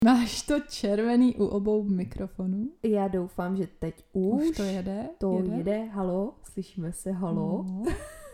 Máš to červený u obou mikrofonů? Já doufám, že teď už to jede. To jede. Halo, slyšíme se, halo. No.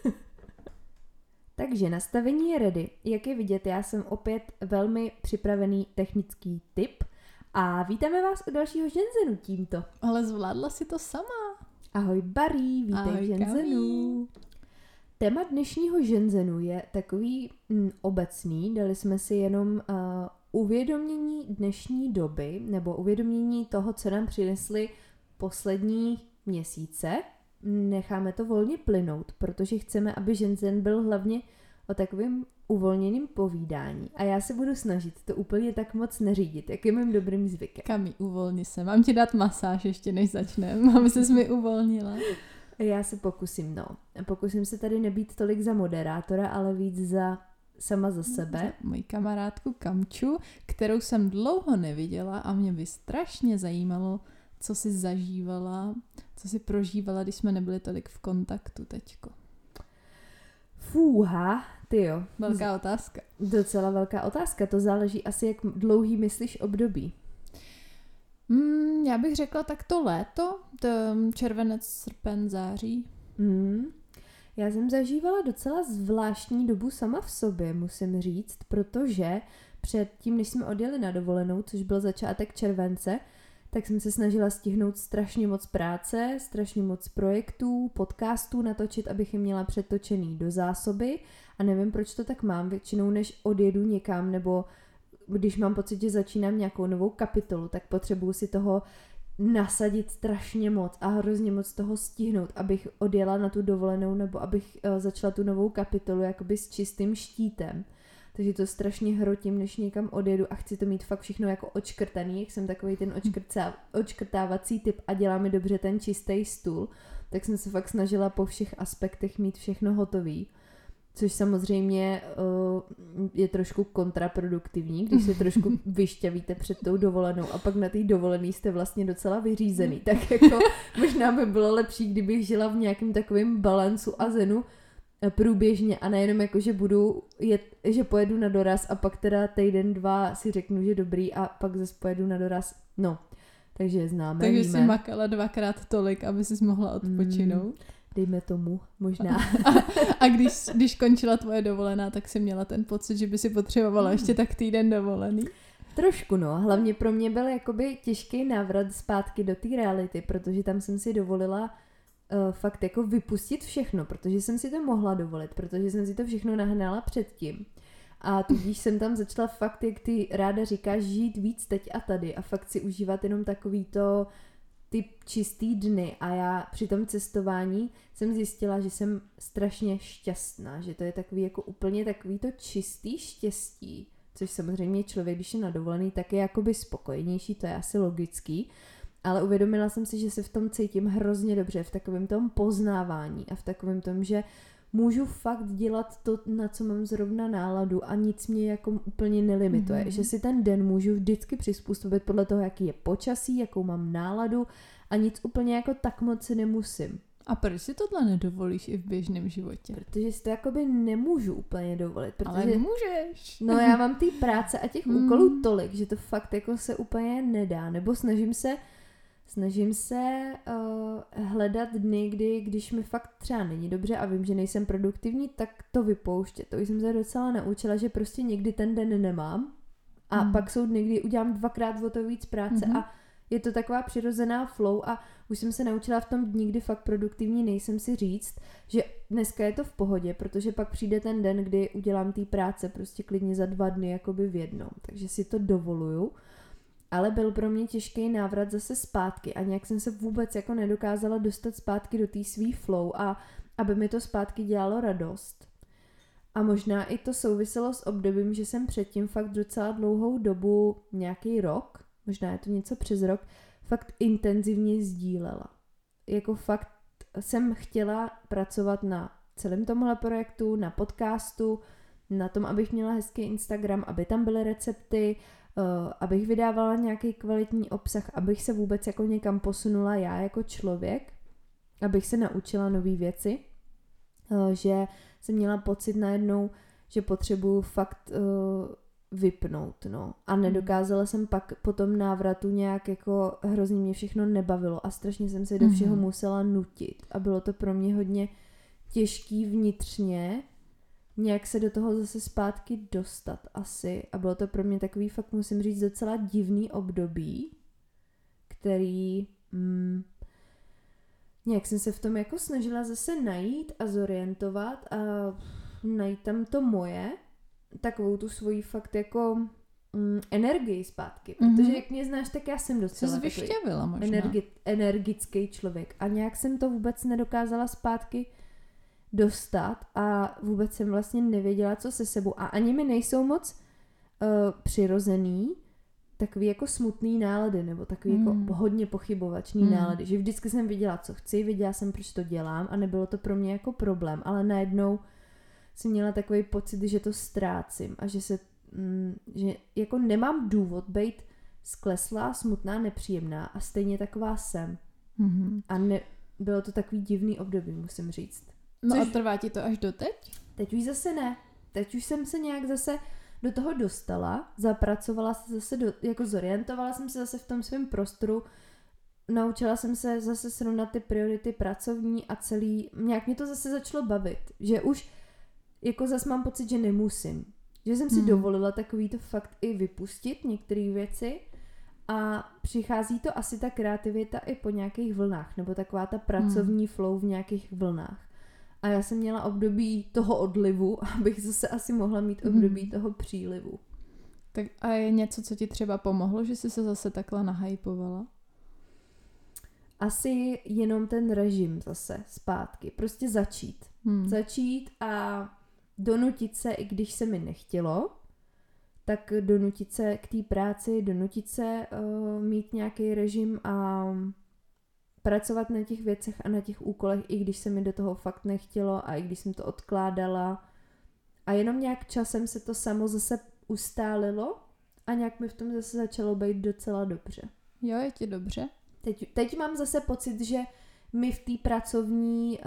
Takže nastavení je ready. Jak je vidět, já jsem opět velmi připravený technický tip a vítáme vás u dalšího Ženzenu tímto. Ale zvládla si to sama. Ahoj Barry, vítej Ahoj, v Ženzenu. Téma dnešního Ženzenu je takový obecný, dali jsme si jenom uvědomění dnešní doby, nebo uvědomění toho, co nám přinesly poslední měsíce. Necháme to volně plynout, protože chceme, aby Ženzen byl hlavně o takovém uvolněným povídání. A já se budu snažit to úplně tak moc neřídit, jak je mým dobrým zvykem. Kami, uvolni se. Mám ti dát masáž ještě, než začneme, aby ses mi uvolnila. Já se pokusím, Pokusím se tady nebýt tolik za moderátora, ale víc sama za sebe. Moji kamarádku Kamču, kterou jsem dlouho neviděla a mě by strašně zajímalo, co jsi zažívala, co jsi prožívala, když jsme nebyli tolik v kontaktu teďko. Fúha, tyjo. Velká otázka. Docela velká otázka, to záleží asi, jak dlouhý myslíš období. Já bych řekla tak to léto, červenec, srpen, září. Já jsem zažívala docela zvláštní dobu sama v sobě, musím říct, protože předtím, než jsme odjeli na dovolenou, což byl začátek července, tak jsem se snažila stihnout strašně moc práce, strašně moc projektů, podcastů natočit, abych je měla přetočený do zásoby a nevím, proč to tak mám, většinou než odjedu někam nebo když mám pocit, že začínám nějakou novou kapitolu, tak potřebuju si toho nasadit strašně moc a hrozně moc toho stihnout, abych odjela na tu dovolenou nebo abych začala tu novou kapitolu jakoby s čistým štítem. Takže to strašně hrotím, než někam odjedu a chci to mít fakt všechno jako odškrtaný, jak jsem takový ten odškrtávací typ a dělá mi dobře ten čistý stůl, tak jsem se fakt snažila po všech aspektech mít všechno hotový. Což samozřejmě je trošku kontraproduktivní, když se trošku vyšťavíte před tou dovolenou a pak na té dovolený jste vlastně docela vyřízený. Tak jako možná by bylo lepší, kdybych žila v nějakém takovém balancu a zenu průběžně a nejenom jako, že pojedu na doraz a pak teda týden, dva si řeknu, že dobrý a pak zase pojedu na doraz. No, takže známe, takže víme. jsi makala 2x tolik, aby jsi mohla odpočinout. Dejme tomu, možná. A když končila tvoje dovolená, tak jsi měla ten pocit, že by si potřebovala ještě tak týden dovolený? Trošku, hlavně pro mě byl jakoby těžký návrat zpátky do té reality, protože tam jsem si dovolila fakt jako vypustit všechno, protože jsem si to mohla dovolit, protože jsem si to všechno nahnala předtím. A tudíž jsem tam začala fakt, jak ty ráda říkáš, žít víc teď a tady a fakt si užívat jenom takovýto ty čistý dny a já při tom cestování jsem zjistila, že jsem strašně šťastná, že to je takový jako úplně takový to čistý štěstí, což samozřejmě člověk, když je na dovolený, tak je jakoby spokojenější, to je asi logický, ale uvědomila jsem si, že se v tom cítím hrozně dobře, v takovém tom poznávání a v takovém tom, že můžu fakt dělat to, na co mám zrovna náladu a nic mě jako úplně nelimituje. Že si ten den můžu vždycky přizpůsobit podle toho, jaký je počasí, jakou mám náladu a nic úplně jako tak moc si nemusím. A proč si tohle nedovolíš i v běžném životě? Protože si to jakoby nemůžu úplně dovolit. Protože, ale můžeš. No já mám ty práce a těch úkolů tolik, že to fakt jako se úplně nedá. Nebo snažím se hledat dny, když mi fakt třeba není dobře a vím, že nejsem produktivní, tak to vypouštět. To už jsem se docela naučila, že prostě někdy ten den nemám a pak jsou dny, kdy udělám 2x o to víc práce a je to taková přirozená flow a už jsem se naučila v tom dni, kdy fakt produktivní nejsem, si říct, že dneska je to v pohodě, protože pak přijde ten den, kdy udělám té práce prostě klidně za 2 dny jakoby v jednom. Takže si to dovoluju. Ale byl pro mě těžký návrat zase zpátky a nějak jsem se vůbec jako nedokázala dostat zpátky do té svý flow a aby mi to zpátky dělalo radost. A možná i to souviselo s obdobím, že jsem předtím fakt docela dlouhou dobu, nějaký rok, možná je to něco přes rok, fakt intenzivně sdílela. Jako fakt jsem chtěla pracovat na celém tomhle projektu, na podcastu, na tom, abych měla hezký Instagram, aby tam byly recepty, abych vydávala nějaký kvalitní obsah, abych se vůbec jako někam posunula já jako člověk, abych se naučila nové věci, že jsem měla pocit najednou, že potřebuju fakt vypnout, no. A nedokázala jsem pak po tom návratu nějak jako hrozně mě všechno nebavilo a strašně jsem se do všeho musela nutit. A bylo to pro mě hodně těžký vnitřně nějak se do toho zase zpátky dostat asi. A bylo to pro mě takový fakt, musím říct, docela divný období, který nějak jsem se v tom jako snažila zase najít a zorientovat a najít tam to moje, takovou tu svoji fakt jako energii zpátky, protože jak mě znáš, tak já jsem docela takový energický člověk a nějak jsem to vůbec nedokázala zpátky dostat a vůbec jsem vlastně nevěděla, co se sebou a ani mi nejsou moc přirozený takový jako smutný nálady nebo takový jako hodně pochybovačný nálady, že vždycky jsem věděla, co chci, věděla jsem, proč to dělám a nebylo to pro mě jako problém, ale najednou jsem měla takový pocit, že to ztrácím a že jako nemám důvod být skleslá, smutná, nepříjemná a stejně taková jsem. A bylo to takový divný období, musím říct. No a trvá ti to až doteď? Teď už zase ne. Teď už jsem se nějak zase do toho dostala, zapracovala se zase, jako zorientovala jsem se zase v tom svém prostoru, naučila jsem se zase srovnat ty priority pracovní a celý, nějak mě to zase začalo bavit, že už jako zase mám pocit, že nemusím. Že jsem si dovolila takový to fakt i vypustit některé věci a přichází to asi ta kreativita i po nějakých vlnách, nebo taková ta pracovní flow v nějakých vlnách. A já jsem měla období toho odlivu, abych zase asi mohla mít období toho přílivu. Tak a je něco, co ti třeba pomohlo, že jsi se zase takhle nahypovala? Asi jenom ten režim zase zpátky. Prostě začít. Začít a donutit se, i když se mi nechtělo, tak donutit se k té práci, donutit se mít nějaký režim a pracovat na těch věcech a na těch úkolech, i když se mi do toho fakt nechtělo a i když jsem to odkládala. A jenom nějak časem se to samo zase ustálilo a nějak mi v tom zase začalo být docela dobře. Jo, je ti dobře? Teď mám zase pocit, že mi v té pracovní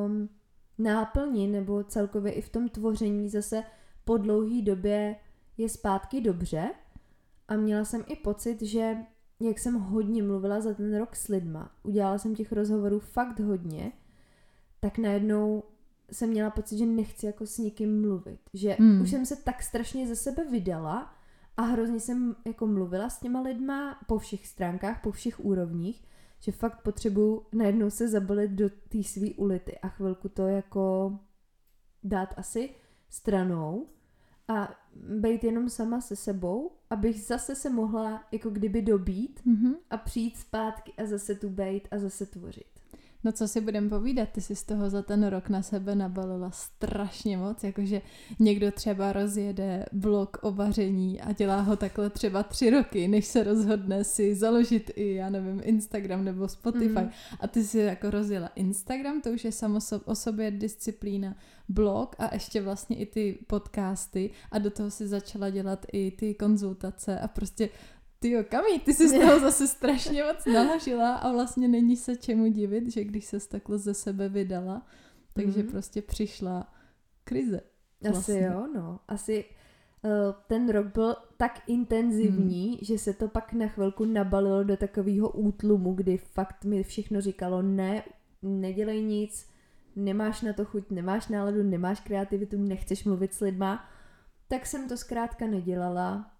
náplni nebo celkově i v tom tvoření zase po dlouhé době je zpátky dobře a měla jsem i pocit, že jak jsem hodně mluvila za ten rok s lidma, udělala jsem těch rozhovorů fakt hodně, tak najednou jsem měla pocit, že nechci jako s nikým mluvit, že už jsem se tak strašně ze sebe vydala a hrozně jsem jako mluvila s těma lidma po všech stránkách, po všech úrovních, že fakt potřebuju najednou se zabalit do té svý ulity a chvilku to jako dát asi stranou a být jenom sama se sebou, abych zase se mohla jako kdyby dobít a přijít zpátky a zase tu bejt a zase tvořit. No co si budem povídat, ty jsi z toho za ten rok na sebe nabalila strašně moc, jakože někdo třeba rozjede blog o vaření a dělá ho takhle třeba 3 roky, než se rozhodne si založit i, já nevím, Instagram nebo Spotify a ty si jako rozjela Instagram, to už je samo o sobě disciplína, blog a ještě vlastně i ty podcasty a do toho si začala dělat i ty konzultace a prostě tyjo, Kami, ty jsi z toho zase strašně moc naložila a vlastně není se čemu divit, že když ses takhle ze sebe vydala, takže prostě přišla krize. Vlastně. Asi jo, no. Asi ten rok byl tak intenzivní, že se to pak na chvilku nabalilo do takového útlumu, kdy fakt mi všechno říkalo, ne, nedělej nic, nemáš na to chuť, nemáš náladu, nemáš kreativitu, nechceš mluvit s lidma, tak jsem to zkrátka nedělala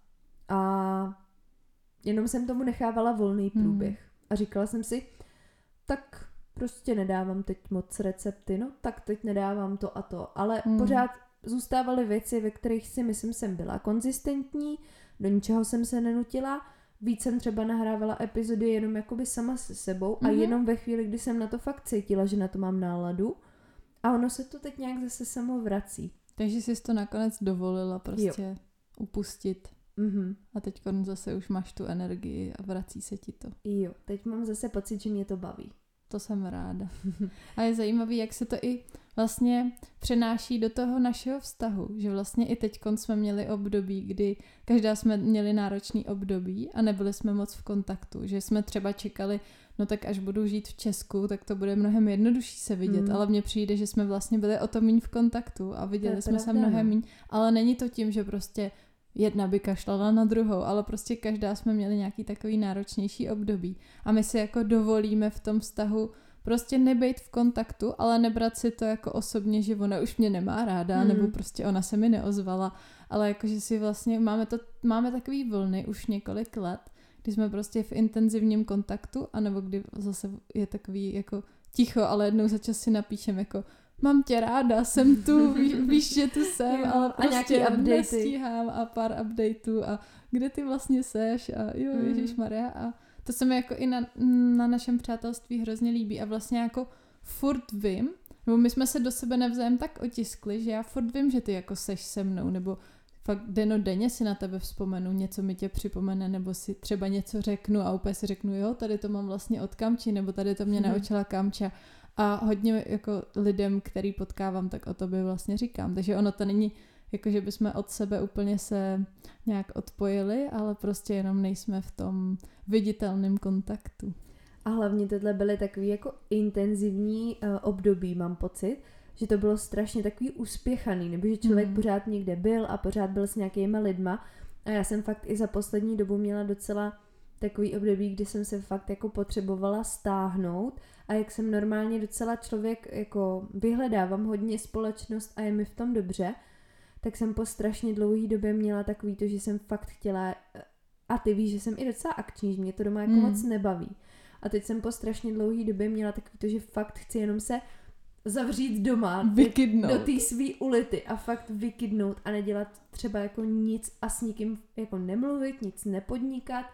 a jenom jsem tomu nechávala volný průběh. A říkala jsem si, tak prostě nedávám teď moc recepty, no tak teď nedávám to a to. Ale pořád zůstávaly věci, ve kterých si myslím jsem byla konzistentní, do ničeho jsem se nenutila. Víc jsem třeba nahrávala epizody jenom jakoby sama se sebou a jenom ve chvíli, kdy jsem na to fakt cítila, že na to mám náladu. A ono se to teď nějak zase samo vrací. Takže jsi to nakonec dovolila prostě upustit. A teď zase už máš tu energii a vrací se ti to. Jo, teď mám zase pocit, že mě to baví. To jsem ráda. A je zajímavý, jak se to i vlastně přenáší do toho našeho vztahu, že vlastně i teď jsme měli období, kdy každá jsme měli náročný období a nebyli jsme moc v kontaktu, že jsme třeba čekali, no tak až budu žít v Česku, tak to bude mnohem jednodušší se vidět, ale mně přijde, že jsme vlastně byli o to míň v kontaktu a viděli jsme se mnohem míň, ale není to tím, že prostě jedna by kašlala na druhou, ale prostě každá jsme měli nějaký takový náročnější období. A my si jako dovolíme v tom vztahu prostě nebejt v kontaktu, ale nebrat si to jako osobně, že ona už mě nemá ráda, nebo prostě ona se mi neozvala, ale jakože si vlastně máme takový vlny už několik let, kdy jsme prostě v intenzivním kontaktu, anebo kdy zase je takový jako ticho, ale jednou za čas si napíšem jako mám tě ráda, jsem tu, víš, že tu jsem, jo, ale prostě nestíhám a pár updateů a kde ty vlastně seš a jo, ježišmarja a to se mi jako i na našem přátelství hrozně líbí a vlastně jako furt vím, nebo my jsme se do sebe navzájem tak otiskli, že já furt vím, že ty jako seš se mnou, nebo fakt dennodenně si na tebe vzpomenu, něco mi tě připomene, nebo si třeba něco řeknu a úplně si řeknu, jo, tady to mám vlastně od Kamči, nebo tady to mě naučila Kamča. A hodně jako lidem, který potkávám, tak o tobě vlastně říkám. Takže ono to není jako, že bychom od sebe úplně se nějak odpojili, ale prostě jenom nejsme v tom viditelném kontaktu. A hlavně tohle byly takový jako intenzivní období, mám pocit, že to bylo strašně takový uspěchaný, nebo že člověk pořád někde byl a pořád byl s nějakýma lidma. A já jsem fakt i za poslední dobu měla docela takový období, kdy jsem se fakt jako potřebovala stáhnout a jak jsem normálně docela člověk, jako vyhledávám hodně společnost a je mi v tom dobře, tak jsem po strašně dlouhé době měla takový to, že jsem fakt chtěla, a ty víš, že jsem i docela akční, že mě to doma jako moc nebaví. A teď jsem po strašně dlouhé době měla takový to, že fakt chci jenom se zavřít doma do té svý ulity a fakt vykydnout a nedělat třeba jako nic a s nikým jako nemluvit, nic nepodnikat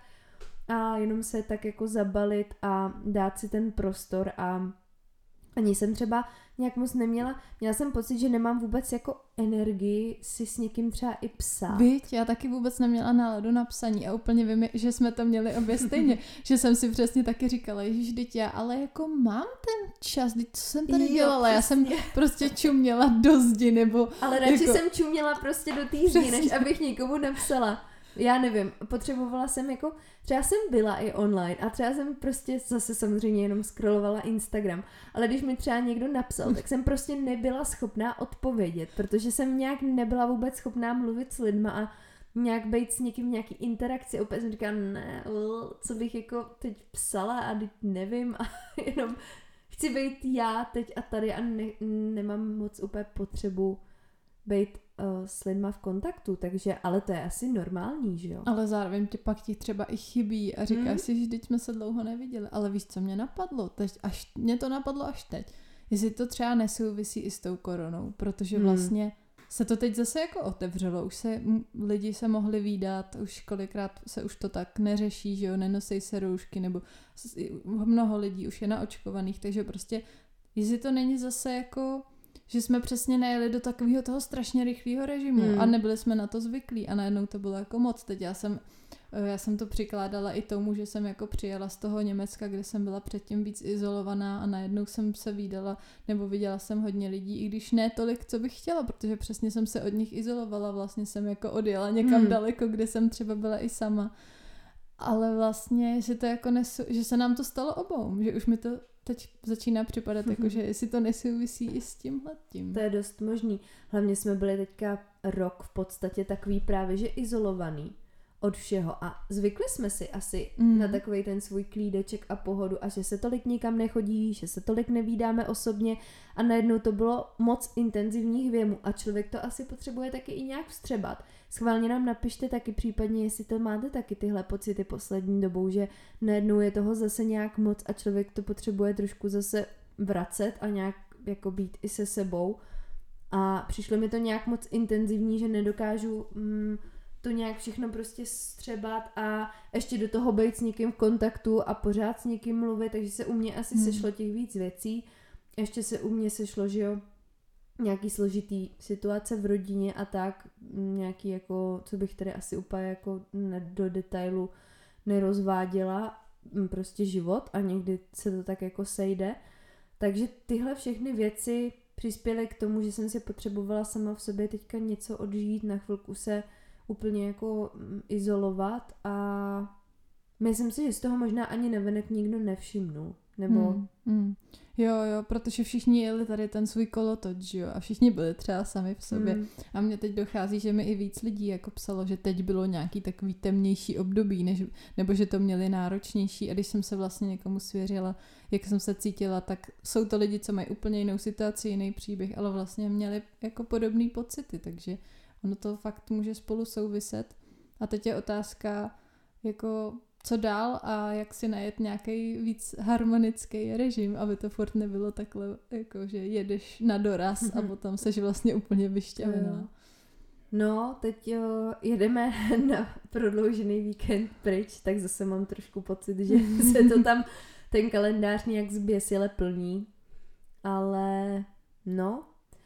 a jenom se tak jako zabalit a dát si ten prostor a ani jsem třeba nějak moc neměla, měla jsem pocit, že nemám vůbec jako energii si s někým třeba i psát. Viď, já taky vůbec neměla náladu na psaní a úplně vím, že jsme to měli obě stejně, že jsem si přesně taky říkala, ježiš, teď já ale jako mám ten čas, teď co jsem tady dělala, já jsem prostě čuměla do zdi, nebo... Ale radši jsem čuměla prostě do té zdi, než abych někomu napsala. Já nevím, potřebovala jsem jako, třeba jsem byla i online a třeba jsem prostě zase samozřejmě jenom scrollovala Instagram, ale když mi třeba někdo napsal, tak jsem prostě nebyla schopná odpovědět, protože jsem nějak nebyla vůbec schopná mluvit s lidma a nějak být s někým v nějaký interakci. Opět jsem říkala, ne, co bych jako teď psala a teď nevím a jenom chci být já teď a tady a nemám moc úplně potřebu být s lidma v kontaktu, takže, ale to je asi normální, že jo? Ale zároveň pak ti třeba i chybí a říkáš si, že teď jsme se dlouho neviděli, ale víš, co mě napadlo? Mě to napadlo až teď. Jestli to třeba nesouvisí i s tou koronou, protože vlastně se to teď zase jako otevřelo, už se lidi se mohli vídat, už kolikrát se už to tak neřeší, že jo, nenosej se roušky, nebo mnoho lidí už je naočkovaných, takže prostě, jestli to není zase jako že jsme přesně nejeli do takového toho strašně rychlého režimu a nebyli jsme na to zvyklí a najednou to bylo jako moc. Teď já jsem to přikládala i tomu, že jsem jako přijela z toho Německa, kde jsem byla předtím víc izolovaná a najednou jsem se vídala nebo viděla jsem hodně lidí, i když ne tolik, co bych chtěla, protože přesně jsem se od nich izolovala, vlastně jsem jako odjela někam daleko, kde jsem třeba byla i sama. Ale vlastně, že to jako že se nám to stalo obou, že už mi to teď začíná připadat jako, že jestli to nesouvisí i s tímhletím. To je dost možný. Hlavně jsme byli teďka rok v podstatě takový právě, že izolovaný od všeho a zvykli jsme si asi na takovej ten svůj klídeček a pohodu a že se tolik nikam nechodí, že se tolik nevídáme osobně a najednou to bylo moc intenzivních věmů a člověk to asi potřebuje taky i nějak vstřebat. Schválně nám napište taky případně, jestli to máte taky tyhle pocity poslední dobou, že najednou je toho zase nějak moc a člověk to potřebuje trošku zase vracet a nějak jako být i se sebou a přišlo mi to nějak moc intenzivní, že nedokážu to nějak všechno prostě střebat a ještě do toho být s někým v kontaktu a pořád s někým mluvit, takže se u mě asi sešlo těch víc věcí. Ještě se u mě sešlo, že jo, nějaký složitý situace v rodině a tak, nějaký jako, co bych tady asi úplně jako do detailu nerozváděla, prostě život a někdy se to tak jako sejde. Takže tyhle všechny věci přispěly k tomu, že jsem si potřebovala sama v sobě teďka něco odžít, na chvilku se úplně jako izolovat a myslím si, že z toho možná ani navenek nikdo nevšimnul. nebo... Jo, protože všichni jeli tady ten svůj kolotoč, jo, a všichni byli třeba sami v sobě. A mně teď dochází, že mi i víc lidí jako psalo, že teď bylo nějaký takový temnější období, nebo že to měli náročnější, a když jsem se vlastně někomu svěřila, jak jsem se cítila, tak jsou to lidi, co mají úplně jinou situaci, jiný příběh, ale vlastně měli jako podobný pocity, takže ono to fakt může spolu souviset. A teď je otázka, jako co dál a jak si najet nějaký víc harmonický režim, aby to furt nebylo takhle, jako že jedeš na doraz a potom seš vlastně úplně vyšťavená. No, teď jedeme na prodloužený víkend pryč, tak zase mám trošku pocit, že se to tam ten kalendář nějak zběsile plní, ale no,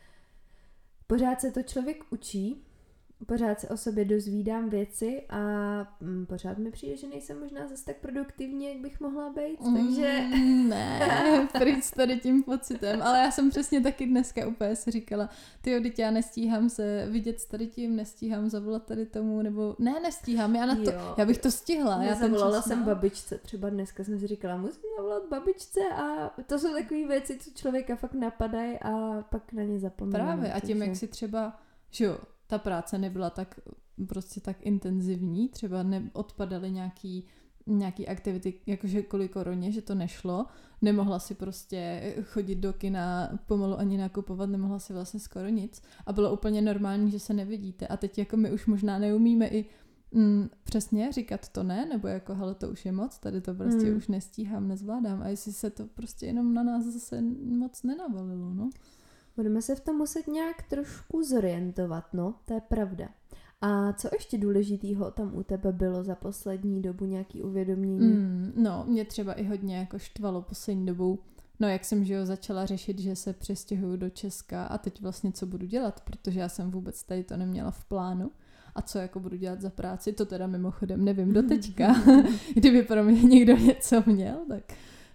pořád se to člověk učí, pořád se o sobě dozvídám věci a pořád mi přijde, že nejsem možná zase tak produktivní, jak bych mohla být, takže... Ne, pryč tady tím pocitem, ale já jsem přesně taky dneska úplně si říkala, tyjo, teď já nestíhám se vidět s tady tím, nestíhám zavolat tady tomu, nebo ne, nestíhám, já bych to stihla. Já zavolala jsem babičce, třeba dneska jsem si říkala, musím zavolat babičce a to jsou takové věci, co člověka fakt napadají a pak na ně zapomíná. Právě a tím, jak si třeba, že jo, ta práce nebyla tak prostě tak intenzivní, třeba neodpadaly nějaký aktivity, jakože kvůli koroně, že to nešlo, nemohla si prostě chodit do kina, pomalu ani nakupovat, nemohla si vlastně skoro nic a bylo úplně normální, že se nevidíte a teď jako my už možná neumíme i přesně říkat to ne, nebo jako hele, to už je moc, tady to prostě už nestíhám, nezvládám a jestli se to prostě jenom na nás zase moc nenavalilo, no. Budeme se v tom muset nějak trošku zorientovat, no, to je pravda. A co ještě důležitýho tam u tebe bylo za poslední dobu, nějaký uvědomění? No, mě třeba i hodně jako štvalo poslední dobou, no jak jsem, že jo, začala řešit, že se přestěhuju do Česka a teď vlastně co budu dělat, protože já jsem vůbec tady to neměla v plánu. A co jako budu dělat za práci, to teda mimochodem nevím do teďka. Kdyby pro mě někdo něco měl, tak...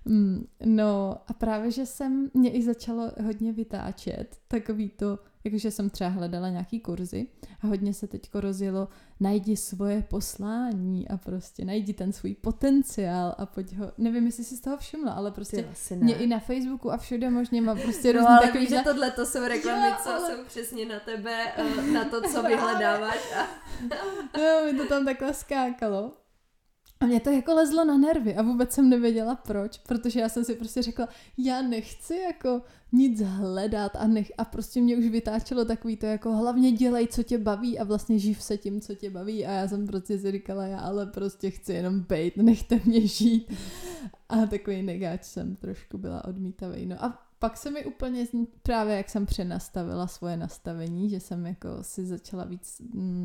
No a právě, že mě i začalo hodně vytáčet, takový to, jakože jsem třeba hledala nějaký kurzy a hodně se teďko rozjelo, najdi svoje poslání a prostě najdi ten svůj potenciál a pojď ho, nevím, jestli jsi z toho všimla, ale prostě mě i na Facebooku a všude možně mám prostě různý ale takový... víš, že tohle to jsou reklamy, co jsou přesně na tebe, na to, co vyhledáváš. No, mi to tam takhle skákalo. A mě to jako lezlo na nervy a vůbec jsem nevěděla proč, protože já jsem si prostě řekla, já nechci jako nic hledat a prostě mě už vytáčelo takový to jako hlavně dělej, co tě baví a vlastně živ se tím, co tě baví a já jsem prostě si říkala, já ale prostě chci jenom bejt, nechte mě žít a takový negáč jsem trošku byla odmítavý. No a pak se mi úplně, právě jak jsem přenastavila svoje nastavení, že jsem jako si začala víc...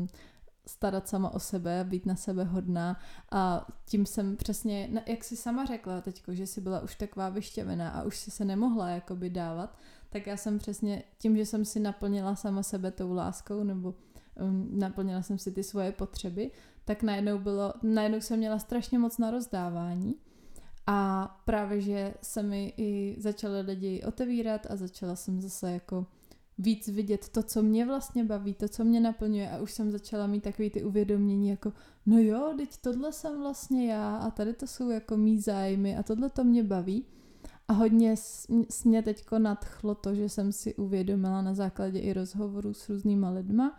starat sama o sebe, být na sebe hodná a tím jsem přesně, jak jsi sama řekla teďko, že jsi byla už taková vyšťavená a už si se nemohla jakoby dávat, tak já jsem přesně tím, že jsem si naplnila sama sebe tou láskou nebo naplnila jsem si ty svoje potřeby, tak najednou jsem měla strašně moc na rozdávání a právě, že se mi i začaly lidi otevírat a začala jsem zase jako víc vidět to, co mě vlastně baví, to, co mě naplňuje a už jsem začala mít takový ty uvědomění jako, no jo, teď tohle jsem vlastně já a tady to jsou jako mý zájmy a tohle to mě baví a hodně mě teďko nadchlo to, že jsem si uvědomila na základě i rozhovorů s různýma lidma,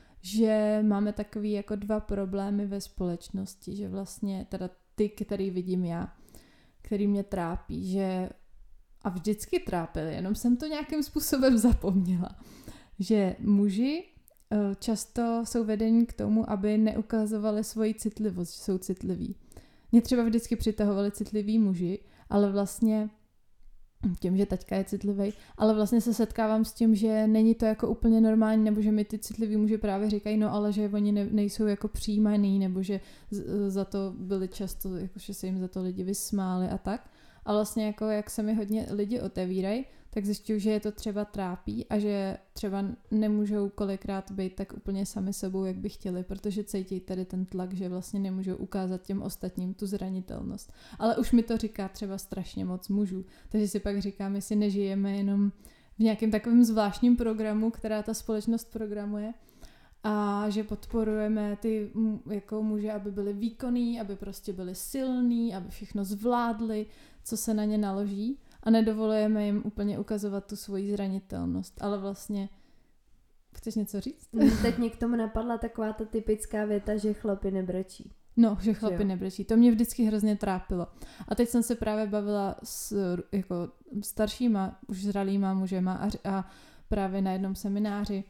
že máme takový jako 2 problémy ve společnosti, že vlastně teda ty, který vidím já, který mě trápí, že a vždycky trápili, jenom jsem to nějakým způsobem zapomněla, že muži často jsou vedení k tomu, aby neukazovali svoji citlivost, že jsou citliví. Mě třeba vždycky přitahovali citliví muži, ale vlastně tím, že taťka je citlivý, ale vlastně se setkávám s tím, že není to jako úplně normální, nebo že mi ty citliví muži právě říkají, no ale že oni nejsou jako přijímaný, nebo že za to byli často, jako že se jim za to lidi vysmáli a tak. A vlastně jako jak se mi hodně lidi otevírají, tak zjišťuju, že je to třeba trápí a že třeba nemůžou kolikrát být tak úplně sami sebou, jak by chtěli, protože cítí tady ten tlak, že vlastně nemůžou ukázat těm ostatním tu zranitelnost. Ale už mi to říká třeba strašně moc mužů, takže si pak říkám, jestli nežijeme jenom v nějakém takovém zvláštním programu, která ta společnost programuje a že podporujeme ty jako muže, aby byli výkonní, aby prostě byli silní, aby všechno zvládli, co se na ně naloží a nedovolujeme jim úplně ukazovat tu svoji zranitelnost, ale vlastně chceš něco říct? Teď mě k tomu napadla taková ta typická věta, že chlapi nebrečí. No, že chlapi nebrečí. To mě vždycky hrozně trápilo. A teď jsem se právě bavila s jako staršíma, už zralýma mužema a právě na jednom semináři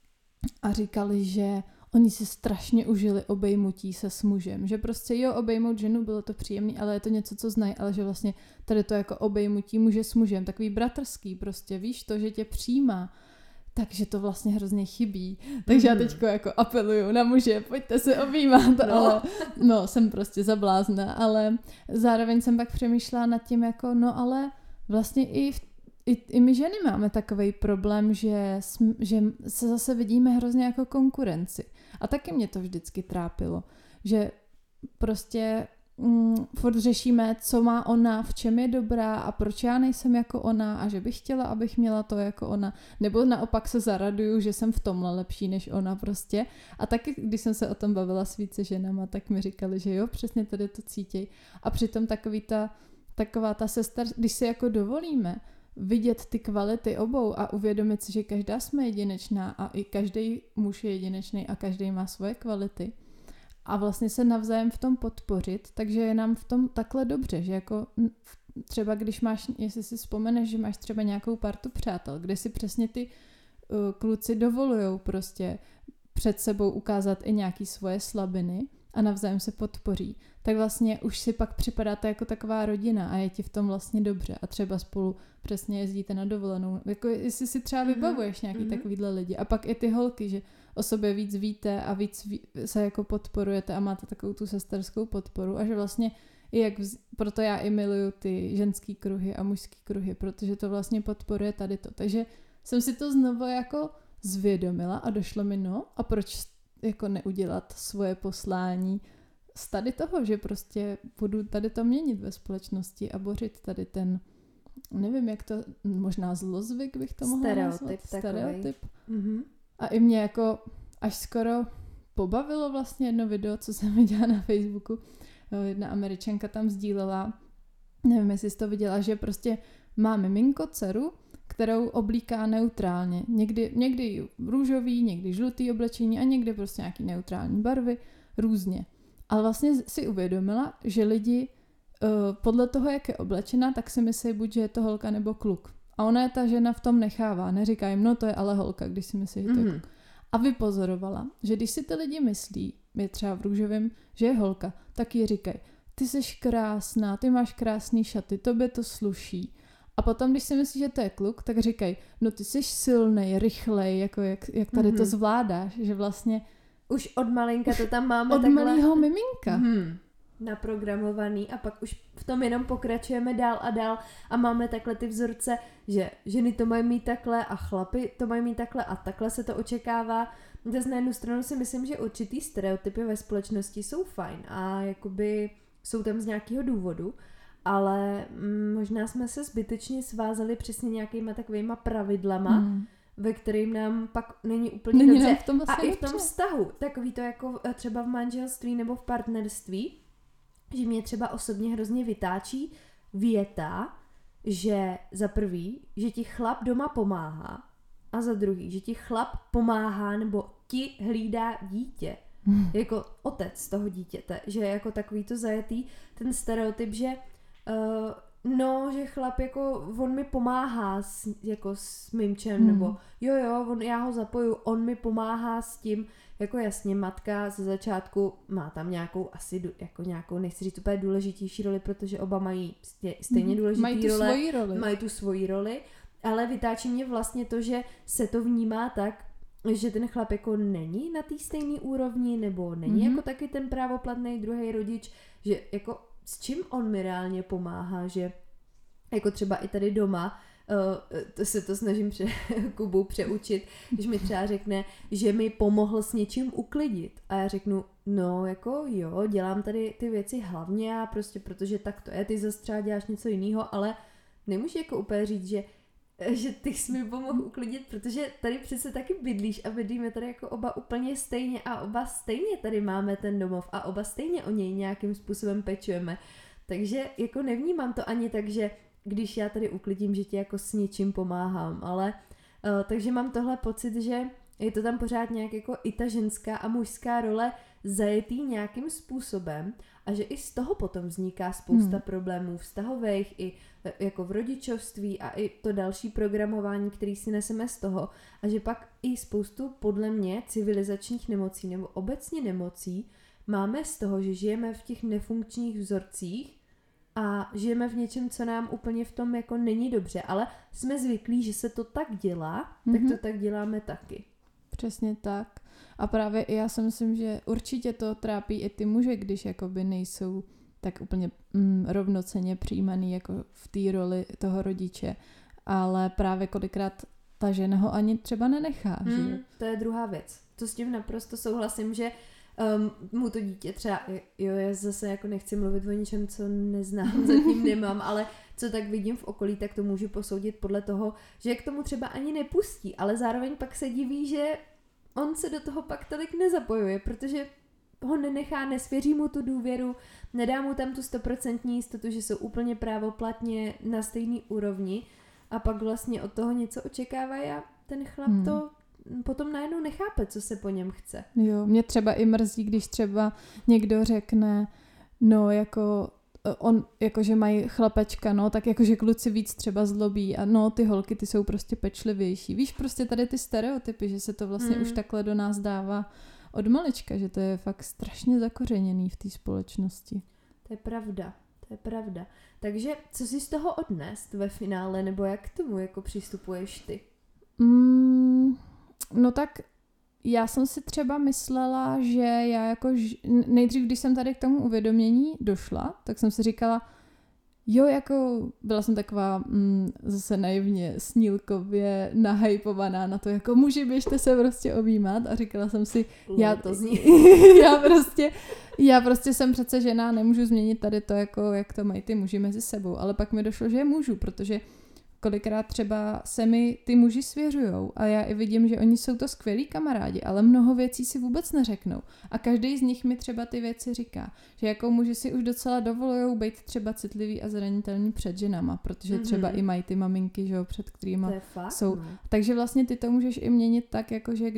a říkali, že oni si strašně užili obejmutí se s mužem. Že prostě jo, obejmout ženu, bylo to příjemný, ale je to něco, co znají, ale že vlastně tady to jako obejmutí muže s mužem, takový bratrský prostě, víš to, že tě přijímá. Takže to vlastně hrozně chybí. Takže já teďko jako apeluju na muže, pojďte se objímat, ale no, jsem prostě zablázna, ale zároveň jsem pak přemýšlela nad tím jako, no ale vlastně i my ženy máme takovej problém, že se zase vidíme hrozně jako konkurenci. A taky mě to vždycky trápilo, že prostě furt řešíme, co má ona, v čem je dobrá a proč já nejsem jako ona a že bych chtěla, abych měla to jako ona. Nebo naopak se zaraduju, že jsem v tomhle lepší než ona prostě. A taky, když jsem se o tom bavila s více ženama, tak mi říkali, že jo, přesně tady to cítěj. A přitom taková ta sestra, když si jako dovolíme vidět ty kvality obou a uvědomit si, že každá jsme jedinečná a i každý muž je jedinečný a každý má svoje kvality, a vlastně se navzájem v tom podpořit, takže je nám v tom takhle dobře, že jako třeba když máš, jestli si vzpomeneš, že máš třeba nějakou partu přátel, kde si přesně ty kluci dovolujou prostě před sebou ukázat i nějaký svoje slabiny a navzájem se podpoří, tak vlastně už si pak připadáte jako taková rodina a je ti v tom vlastně dobře a třeba spolu přesně jezdíte na dovolenou. Jako jestli si třeba vybavuješ nějaký takovýhle lidi a pak i ty holky, že o sobě víc víte a víc se jako podporujete a máte takovou tu sesterskou podporu a že vlastně proto já i miluju ty ženský kruhy a mužský kruhy, protože to vlastně podporuje tady to. Takže jsem si to znovu jako zvědomila a došlo mi a proč jako neudělat svoje poslání z tady toho, že prostě budu tady to měnit ve společnosti a bořit tady ten, nevím jak to, možná zlozvyk bych to mohla nazvat. Stereotyp. Mm-hmm. A i mě jako až skoro pobavilo vlastně jedno video, co jsem viděla na Facebooku. Jedna Američanka tam sdílela, nevím, jestli jsi to viděla, že prostě má miminko, dceru, kterou oblíká neutrálně. Někdy růžový, někdy žlutý oblečení a někdy prostě nějaký neutrální barvy, různě. Ale vlastně si uvědomila, že lidi podle toho, jak je oblečena, tak si myslí buď, že je to holka nebo kluk. A ona je ta žena v tom nechává, neříká jim, no to je ale holka, když si myslí, že to je kluk. A vypozorovala, že když si ty lidi myslí, je třeba v růžovém, že je holka, tak jí říkají, ty jsi krásná, ty máš krásný šaty, tobě to sluší. A potom, když si myslí, že to je kluk, tak říkají, no ty jsi silnej, rychlej, jako jak tady to zvládáš, že vlastně už od malinka to tam máme od takhle malého miminka. Naprogramovaný a pak už v tom jenom pokračujeme dál a dál a máme takhle ty vzorce, že ženy to mají mít takhle a chlapi to mají mít takhle a takhle se to očekává. Zase na jednu stranu si myslím, že určitý stereotypy ve společnosti jsou fajn a jakoby jsou tam z nějakého důvodu, ale možná jsme se zbytečně svázali přesně nějakýma takovýma pravidlama, ve kterým nám pak není úplně dobře. A i v tom vztahu, takový to jako třeba v manželství nebo v partnerství, že mě třeba osobně hrozně vytáčí věta, že za prvý, že ti chlap doma pomáhá a za druhý, že ti chlap pomáhá nebo ti hlídá dítě. Jako otec toho dítěte. Že jako takový to zajetý ten stereotyp, že že chlap jako on mi pomáhá s mimčem nebo já ho zapoju, on mi pomáhá s tím, jako jasně matka ze začátku má tam nějakou asi jako nějakou, nechci říct úplně důležitější roli, protože oba mají stejně důležitý mají tu svoji roli, ale vytáčí mě vlastně to, že se to vnímá tak, že ten chlap jako není na té stejné úrovni nebo není jako taky ten právoplatný druhý rodič, že jako s čím on mi reálně pomáhá, že jako třeba i tady doma, to se to snažím Kubu přeučit, když mi třeba řekne, že mi pomohl s něčím uklidit a já řeknu, no jako jo, dělám tady ty věci hlavně já prostě, protože tak to je, ty zase třeba děláš něco jiného, ale nemůžu jako úplně říct, že že ty jsi mi pomohl uklidit, protože tady přece taky bydlíš a bydlíme tady jako oba úplně stejně a oba stejně tady máme ten domov a oba stejně o něj nějakým způsobem pečujeme. Takže jako nevnímám to ani tak, že když já tady uklidím, že ti jako s něčím pomáhám, ale takže mám tohle pocit, že je to tam pořád nějak jako i ta ženská a mužská role zajetý nějakým způsobem a že i z toho potom vzniká spousta problémů vztahových i jako v rodičovství a i to další programování, který si neseme z toho a že pak i spoustu podle mě civilizačních nemocí nebo obecně nemocí máme z toho, že žijeme v těch nefunkčních vzorcích a žijeme v něčem, co nám úplně v tom jako není dobře, ale jsme zvyklí, že se to tak dělá, tak to tak děláme taky. Přesně tak. A právě i já si myslím, že určitě to trápí i ty muže, když jakoby nejsou tak úplně rovnocenně přijímaný jako v té roli toho rodiče. Ale právě kolikrát ta žena ho ani třeba nenechá. Že? To je druhá věc. To s tím naprosto souhlasím, že mu to dítě třeba, já zase jako nechci mluvit o něčem, co neznám, zatím nemám, ale co tak vidím v okolí, tak to můžu posoudit podle toho, že k tomu třeba ani nepustí, ale zároveň pak se diví, že on se do toho pak tolik nezapojuje, protože ho nenechá, nesvěří mu tu důvěru, nedá mu tam tu 100% jistotu, že jsou úplně právoplatně na stejný úrovni a pak vlastně od toho něco očekávají a ten chlap to potom najednou nechápe, co se po něm chce. Jo, mě třeba i mrzí, když třeba někdo řekne, no jako on, jakože mají chlapečka, no, tak jakože kluci víc třeba zlobí a no, ty holky, ty jsou prostě pečlivější. Víš, prostě tady ty stereotypy, že se to vlastně už takhle do nás dává od malička, že to je fakt strašně zakořeněný v té společnosti. To je pravda. Takže co jsi z toho odnést ve finále, nebo jak k tomu jako přistupuješ ty? No tak já jsem si třeba myslela, že já jako nejdřív, když jsem tady k tomu uvědomění došla, tak jsem si říkala, jo, jako byla jsem taková zase naivně snílkově nahypovaná na to, jako muži, běžte se prostě objímat a říkala jsem si, já prostě jsem přece žena, nemůžu změnit tady to, jako jak to mají ty muži mezi sebou, ale pak mi došlo, že je můžu, protože kolikrát třeba se mi ty muži svěřujou a já i vidím, že oni jsou to skvělí kamarádi, ale mnoho věcí si vůbec neřeknou. A každý z nich mi třeba ty věci říká, že jako muži si už docela dovolujou být třeba citlivý a zranitelní před ženama, protože třeba i mají ty maminky, že jo, před kterýma jsou. No. Takže vlastně ty to můžeš i měnit tak, jakože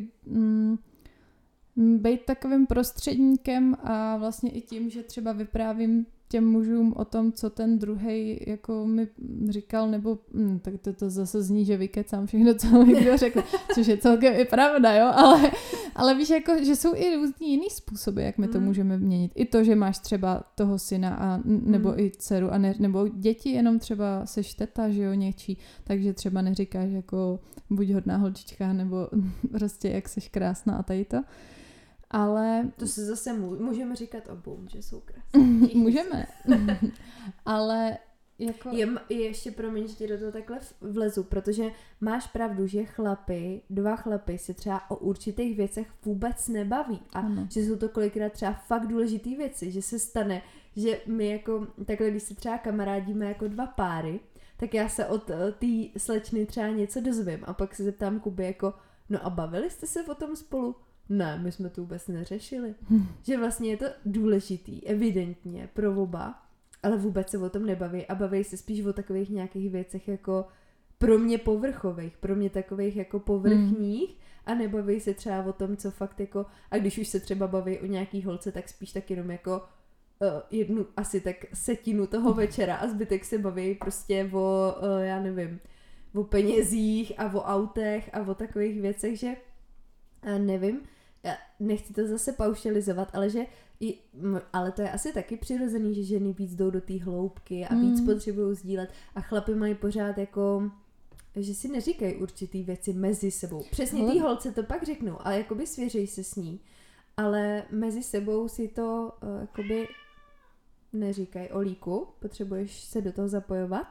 být takovým prostředníkem a vlastně i tím, že třeba vyprávím těm mužům o tom, co ten druhej jako mi říkal, nebo tak to zase zní, že vykecám všechno, co mi kdo řekl, což je celkem i pravda, jo, ale víš, jako, že jsou i různý jiný způsoby, jak my to můžeme měnit. I to, že máš třeba toho syna a nebo i dceru, a nebo děti, jenom třeba seš teta, že jo, něčí, takže třeba neříkáš jako buď hodná holčička, nebo prostě jak seš krásná a tady to. Ale to se zase můžeme říkat obou, že jsou krásné. Můžeme. Ale jako je ještě, promiň, že ti do toho takhle vlezu, protože máš pravdu, že dva chlapy se třeba o určitých věcech vůbec nebaví a že jsou to kolikrát třeba fakt důležitý věci, že se stane, že my jako takhle, když se třeba kamarádíme jako dva páry, tak já se od té slečny třeba něco dozvím a pak se zeptám Kuby jako, no a bavili jste se o tom spolu? Ne, my jsme to vůbec neřešili. Že vlastně je to důležitý, evidentně, pro oba, ale vůbec se o tom nebaví a baví se spíš o takových nějakých věcech jako pro mě povrchových, pro mě takových jako povrchních a nebaví se třeba o tom, co fakt jako, a když už se třeba baví o nějaký holce, tak spíš tak jenom jako jednu asi tak setinu toho večera a zbytek se baví prostě o, já nevím, o penězích a o autech a o takových věcech, že nevím, já nechci to zase paušalizovat, ale to je asi taky přirozený, že ženy víc jdou do té hloubky a víc potřebují sdílet a chlapi mají pořád jako, že si neříkají určitý věci mezi sebou. Přesně té holce to pak řeknou, ale jakoby svěřej se s ní, ale mezi sebou si to jakoby neříkají. Olíku, potřebuješ se do toho zapojovat?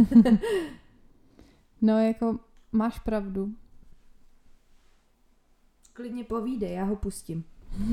No jako máš pravdu. Klidně povídej, já ho pustím.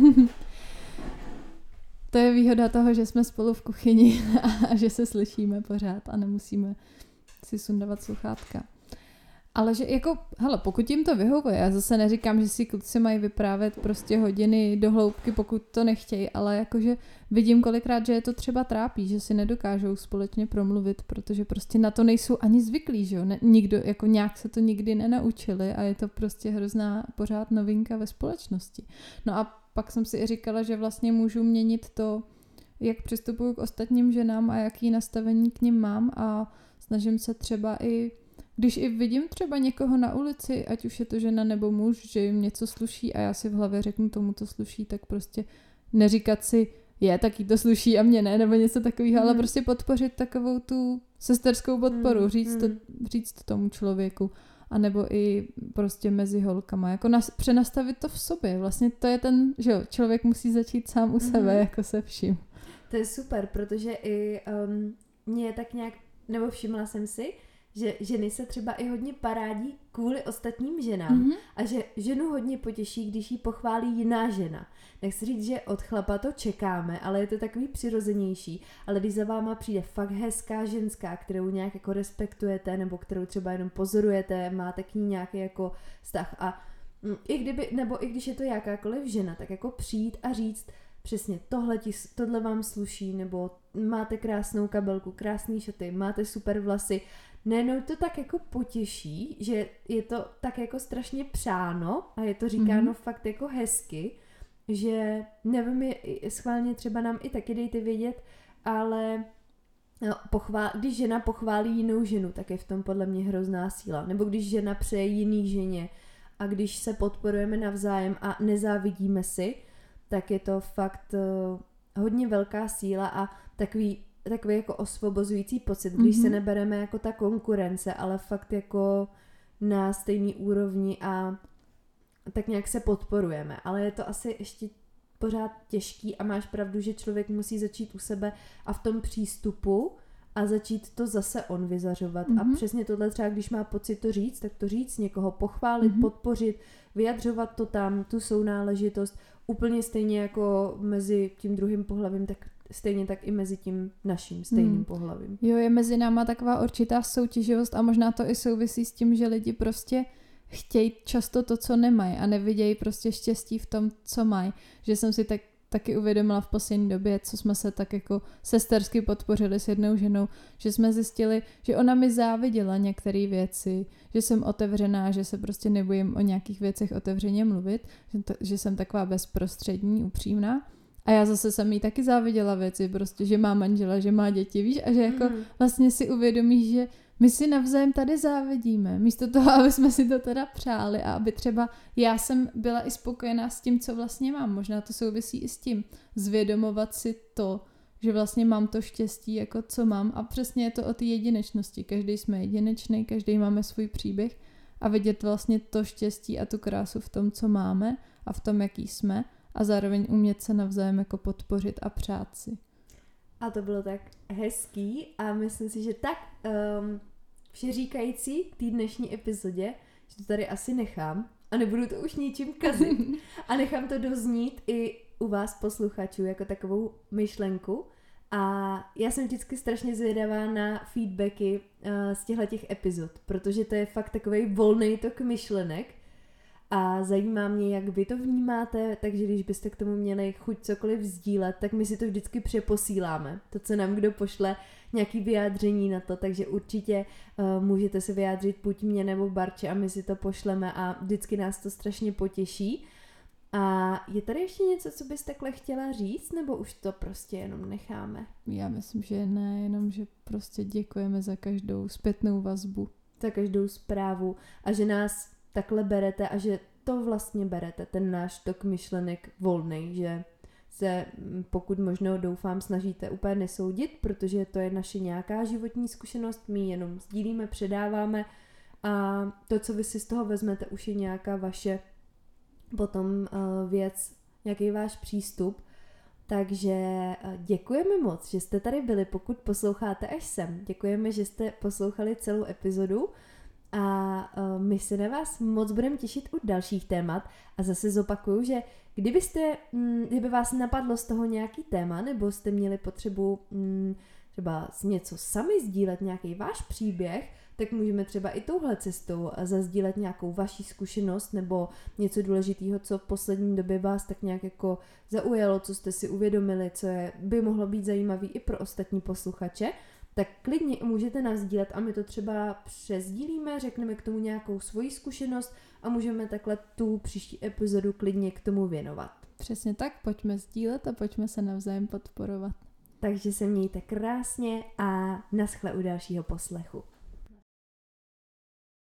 To je výhoda toho, že jsme spolu v kuchyni a že se slyšíme pořád a nemusíme si sundávat sluchátka. Ale že jako, hele, pokud jim to vyhovuje, já zase neříkám, že si kluci mají vyprávět prostě hodiny do hloubky, pokud to nechtějí, ale jakože vidím kolikrát, že je to třeba trápí, že si nedokážou společně promluvit, protože prostě na to nejsou ani zvyklí, že jo, nikdo, jako nějak se to nikdy nenaučili a je to prostě hrozná pořád novinka ve společnosti. No a pak jsem si i říkala, že vlastně můžu měnit to, jak přistupuju k ostatním ženám a jaký nastavení k nim mám a snažím se třeba i když i vidím třeba někoho na ulici, ať už je to žena nebo muž, že jim něco sluší a já si v hlavě řeknu, tomu to sluší, tak prostě neříkat si, taky to sluší a mě ne, nebo něco takového, ale prostě podpořit takovou tu sesterskou podporu, říct to tomu člověku, anebo i prostě mezi holkama, jako přenastavit to v sobě, vlastně to je ten, že jo, člověk musí začít sám u sebe, jako se vším. To je super, protože i mě tak nějak, nebo všimla jsem si, že ženy se třeba i hodně parádí kvůli ostatním ženám a že ženu hodně potěší, když jí pochválí jiná žena. Nechci říct, že od chlapa to čekáme, ale je to takový přirozenější. Ale když za váma přijde fakt hezká ženská, kterou nějak jako respektujete nebo kterou třeba jenom pozorujete, máte k ní nějaký jako vztah a i když je to jakákoliv žena, tak jako přijít a říct přesně tohle vám sluší, nebo máte krásnou kabelku, krásný šaty, máte super vlasy. Nejenom to tak jako potěší, že je to tak jako strašně přáno a je to říkáno fakt jako hezky, že nevím, schválně třeba nám i taky dejte vědět, ale když žena pochválí jinou ženu, tak je v tom podle mě hrozná síla. Nebo když žena přeje jiný ženě a když se podporujeme navzájem a nezávidíme si, tak je to fakt hodně velká síla a takový jako osvobozující pocit, když se nebereme jako ta konkurence, ale fakt jako na stejný úrovni a tak nějak se podporujeme. Ale je to asi ještě pořád těžký a máš pravdu, že člověk musí začít u sebe a v tom přístupu a začít to zase on vyzařovat. A přesně tohle třeba, když má pocit to říct, tak to říct, někoho pochválit, podpořit, vyjadřovat to tam, tu sounáležitost, úplně stejně jako mezi tím druhým pohlavím, tak stejně tak i mezi tím naším stejným pohlavím. Jo, je mezi náma taková určitá soutěživost a možná to i souvisí s tím, že lidi prostě chtějí často to, co nemají a nevidějí prostě štěstí v tom, co mají. Že jsem si taky uvědomila v poslední době, co jsme se tak jako sestersky podpořili s jednou ženou, že jsme zjistili, že ona mi záviděla některé věci, že jsem otevřená, že se prostě nebojím o nějakých věcech otevřeně mluvit, že jsem taková bezprostřední, upřímná. A já zase jsem jí taky záviděla věci, prostě, že má manžela, že má děti, víš, a že jako vlastně si uvědomíš, že my si navzájem tady závidíme, místo toho, aby jsme si to teda přáli a aby třeba já jsem byla i spokojená s tím, co vlastně mám. Možná to souvisí i s tím, zvědomovat si to, že vlastně mám to štěstí, jako co mám a přesně je to o té jedinečnosti. Každý jsme jedinečný, každý máme svůj příběh a vidět vlastně to štěstí a tu krásu v tom, co máme a v tom, jaký jsme a zároveň umět se navzájem jako podpořit a přát si. A to bylo tak hezký a myslím si, že tak všeříkající té dnešní epizodě, že to tady asi nechám a nebudu to už ničím kazit a nechám to doznít i u vás posluchačů jako takovou myšlenku a já jsem vždycky strašně zvědavá na feedbacky z těchto epizod, protože to je fakt takovej volný tok myšlenek a zajímá mě, jak vy to vnímáte, takže když byste k tomu měli chuť cokoliv sdílet, tak my si to vždycky přeposíláme. To, co nám kdo pošle, nějaký vyjádření na to, takže určitě můžete se vyjádřit buď mě nebo Barče a my si to pošleme a vždycky nás to strašně potěší. A je tady ještě něco, co bys takhle chtěla říct, nebo už to prostě jenom necháme? Já myslím, že ne, jenom že prostě děkujeme za každou zpětnou vazbu. Za každou zprávu a že nás takhle berete a že to vlastně berete, ten náš tok myšlenek volnej, že se pokud možno doufám snažíte úplně nesoudit, protože to je naše nějaká životní zkušenost, my jenom sdílíme, předáváme a to, co vy si z toho vezmete, už je nějaká vaše potom věc, nějaký váš přístup. Takže děkujeme moc, že jste tady byli, pokud posloucháte až sem. Děkujeme, že jste poslouchali celou epizodu a my se na vás moc budeme těšit u dalších témat a zase zopakuju, že kdyby vás napadlo z toho nějaký téma nebo jste měli potřebu třeba něco sami sdílet, nějaký váš příběh, tak můžeme třeba i touhle cestou zazdílet nějakou vaši zkušenost nebo něco důležitého, co v poslední době vás tak nějak jako zaujalo, co jste si uvědomili, by mohlo být zajímavý i pro ostatní posluchače, tak klidně můžete nás sdílet a my to třeba přesdílíme, řekneme k tomu nějakou svoji zkušenost a můžeme takhle tu příští epizodu klidně k tomu věnovat. Přesně tak, pojďme sdílet a pojďme se navzájem podporovat. Takže se mějte krásně a naschle u dalšího poslechu.